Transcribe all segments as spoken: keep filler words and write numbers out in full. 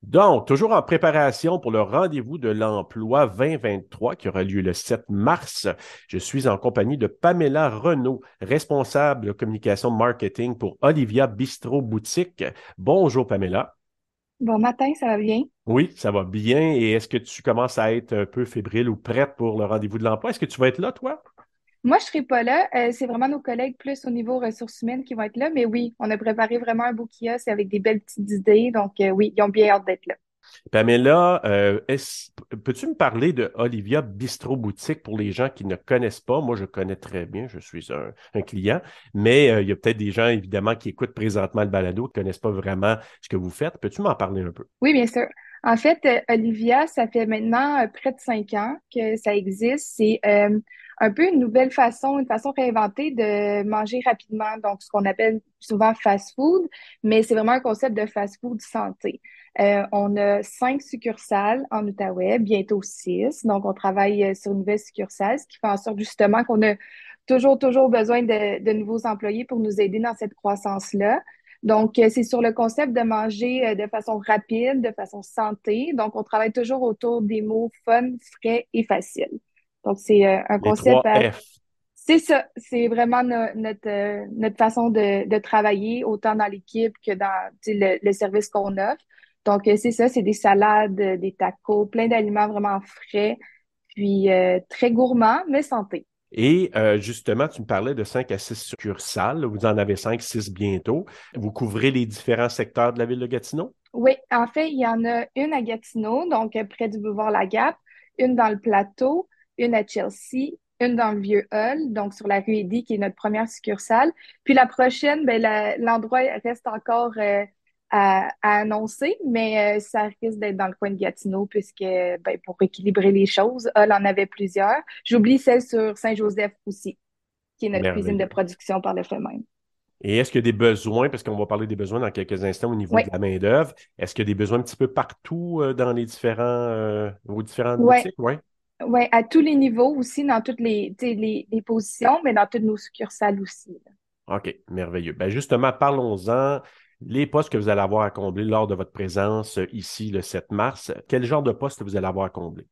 Donc, toujours en préparation pour le rendez-vous de l'emploi vingt vingt-trois qui aura lieu le sept mars. Je suis en compagnie de Pamela Renaud, responsable de communication marketing pour Olivia Bistro Boutique. Bonjour Pamela. Bon matin, ça va bien? Oui, ça va bien. Et est-ce que tu commences à être un peu fébrile ou prête pour le rendez-vous de l'emploi? Est-ce que tu vas être là, toi? Moi, je serai pas là. Euh, c'est vraiment nos collègues plus au niveau ressources humaines qui vont être là. Mais oui, on a préparé vraiment un beau kiosque avec des belles petites idées. Donc, euh, oui, ils ont bien hâte d'être là. Pamela, euh, est-ce- peux-tu me parler de Olivia Bistro Boutique pour les gens qui ne connaissent pas? Moi, je connais très bien, je suis un, un client, mais euh, il y a peut-être des gens, évidemment, qui écoutent présentement le balado, qui ne connaissent pas vraiment ce que vous faites. Peux-tu m'en parler un peu? Oui, bien sûr. En fait, euh, Olivia, ça fait maintenant euh, près de cinq ans que ça existe. C'est euh, un peu une nouvelle façon, une façon réinventée de manger rapidement. Donc, ce qu'on appelle souvent fast food, mais c'est vraiment un concept de fast food santé. Euh, on a cinq succursales en Outaouais, bientôt six. Donc, on travaille euh, sur une nouvelle succursale, ce qui fait en sorte justement qu'on a toujours, toujours besoin de, de nouveaux employés pour nous aider dans cette croissance-là. Donc, euh, c'est sur le concept de manger euh, de façon rapide, de façon santé. Donc, on travaille toujours autour des mots fun, frais et facile. Donc, c'est euh, un Les concept trois à... F. C'est ça, c'est vraiment no- notre, euh, notre façon de, de travailler, autant dans l'équipe que dans tu sais, le, le service qu'on offre. Donc, euh, c'est ça, c'est des salades, euh, des tacos, plein d'aliments vraiment frais, puis euh, très gourmands, mais santé. Et euh, justement, tu me parlais de cinq à six succursales. Vous en avez cinq, six bientôt. Vous couvrez les différents secteurs de la ville de Gatineau? Oui, en fait, il y en a une à Gatineau, donc euh, près du boulevard Lagap, une dans le Plateau, une à Chelsea, une dans le Vieux-Hall, donc sur la rue Eddy, qui est notre première succursale. Puis la prochaine, ben, la- l'endroit reste encore euh, à, à annoncer, mais euh, ça risque d'être dans le coin de Gatineau, puisque ben, pour équilibrer les choses, Hall en avait plusieurs. J'oublie celle sur Saint-Joseph aussi, qui est notre cuisine de Merveilleux. production par le fait même. Et est-ce qu'il y a des besoins, parce qu'on va parler des besoins dans quelques instants au niveau Oui, de la main-d'œuvre, est-ce qu'il y a des besoins un petit peu partout euh, dans les différents, euh, vos différentes oui. boutiques? Oui. Ouais, à tous les niveaux aussi, dans toutes les, tu sais, les, les positions, mais dans toutes nos succursales aussi, là. OK, merveilleux. Ben justement, parlons-en. Les postes que vous allez avoir à combler lors de votre présence euh, ici le sept mars, quel genre de poste vous allez avoir à combler?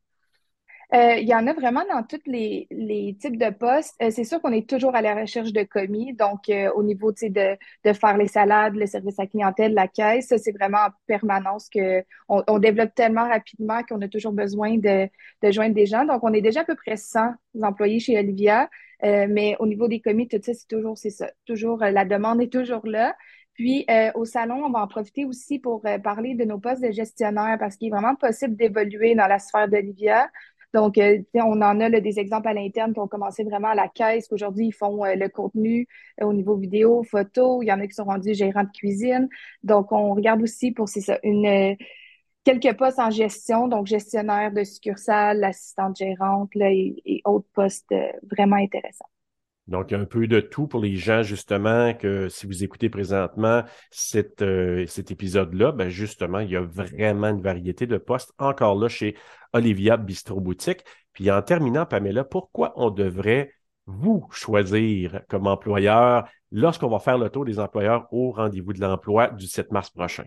Euh, il y en a vraiment dans tous les, les types de postes. Euh, c'est sûr qu'on est toujours à la recherche de commis. Donc, euh, au niveau, tu sais, de, de faire les salades, le service à clientèle, la caisse, ça, c'est vraiment en permanence que on, on développe tellement rapidement qu'on a toujours besoin de, de joindre des gens. Donc, on est déjà à peu près cent employés chez Olivia. Euh, mais au niveau des commis, tout ça, c'est toujours, c'est ça. Toujours, euh, la demande est toujours là. Puis, euh, au salon, on va en profiter aussi pour euh, parler de nos postes de gestionnaire parce qu'il est vraiment possible d'évoluer dans la sphère d'Olivia. Donc, euh, tu sais, on en a là, des exemples à l'interne qui ont commencé vraiment à la caisse, qu'aujourd'hui, ils font euh, le contenu euh, au niveau vidéo, photo. Il y en a qui sont rendus gérants de cuisine. Donc, on regarde aussi pour, c'est ça, une, euh, quelques postes en gestion, donc gestionnaire de succursale, assistante gérante là, et, et autres postes euh, vraiment intéressants. Donc, il y a un peu de tout pour les gens, justement, que si vous écoutez présentement cet, euh, cet épisode-là, ben justement, il y a vraiment une variété de postes encore là chez Olivia Bistro Boutique. Puis en terminant, Pamela, pourquoi on devrait vous choisir comme employeur lorsqu'on va faire le tour des employeurs au rendez-vous de l'emploi du sept mars prochain?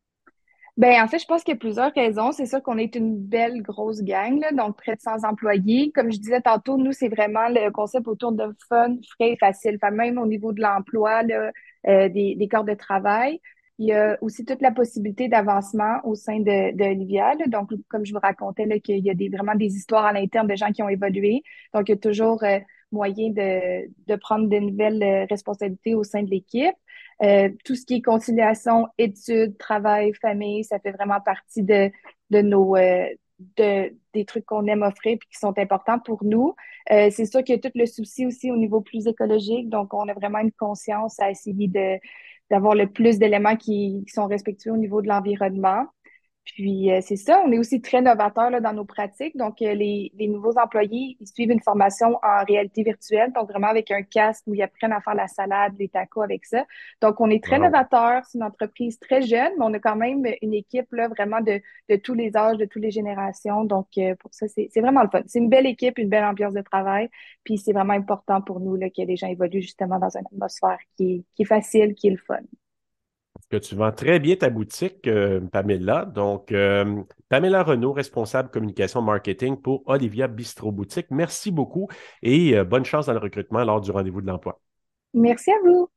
Ben, en fait, je pense qu'il y a plusieurs raisons. C'est sûr qu'on est une belle grosse gang, là, donc près de cent employés. Comme je disais tantôt, nous, c'est vraiment le concept autour de fun, frais et facile. Fait même au niveau de l'emploi, là, euh, des, des corps de travail. Il y a aussi toute la possibilité d'avancement au sein de, de Olivia, là. Donc, comme je vous racontais, là, qu'il y a des, vraiment des histoires à l'interne de gens qui ont évolué. Donc, il y a toujours euh, moyen de, de prendre de nouvelles euh, responsabilités au sein de l'équipe. Euh, tout ce qui est conciliation, études, travail, famille, ça fait vraiment partie de, de nos euh, de, des trucs qu'on aime offrir et qui sont importants pour nous. Euh, c'est sûr qu'il y a tout le souci aussi au niveau plus écologique, donc on a vraiment une conscience à essayer de d'avoir le plus d'éléments qui, qui sont respectueux au niveau de l'environnement. Puis euh, c'est ça, on est aussi très novateur là, dans nos pratiques. Donc, euh, les, les nouveaux employés, ils suivent une formation en réalité virtuelle, donc vraiment avec un casque où ils apprennent à faire la salade, les tacos avec ça. Donc, on est très Wow. novateur, c'est une entreprise très jeune, mais on a quand même une équipe là, vraiment de, de tous les âges, de toutes les générations. Donc, euh, pour ça, c'est c'est vraiment le fun. C'est une belle équipe, une belle ambiance de travail. Puis c'est vraiment important pour nous là, que les gens évoluent justement dans une atmosphère qui est, qui est facile, qui est le fun. que tu vends très bien ta boutique, euh, Pamela. Donc, euh, Pamela Renaud, responsable communication marketing pour Olivia Bistro Boutique. Merci beaucoup et euh, bonne chance dans le recrutement lors du rendez-vous de l'emploi. Merci à vous.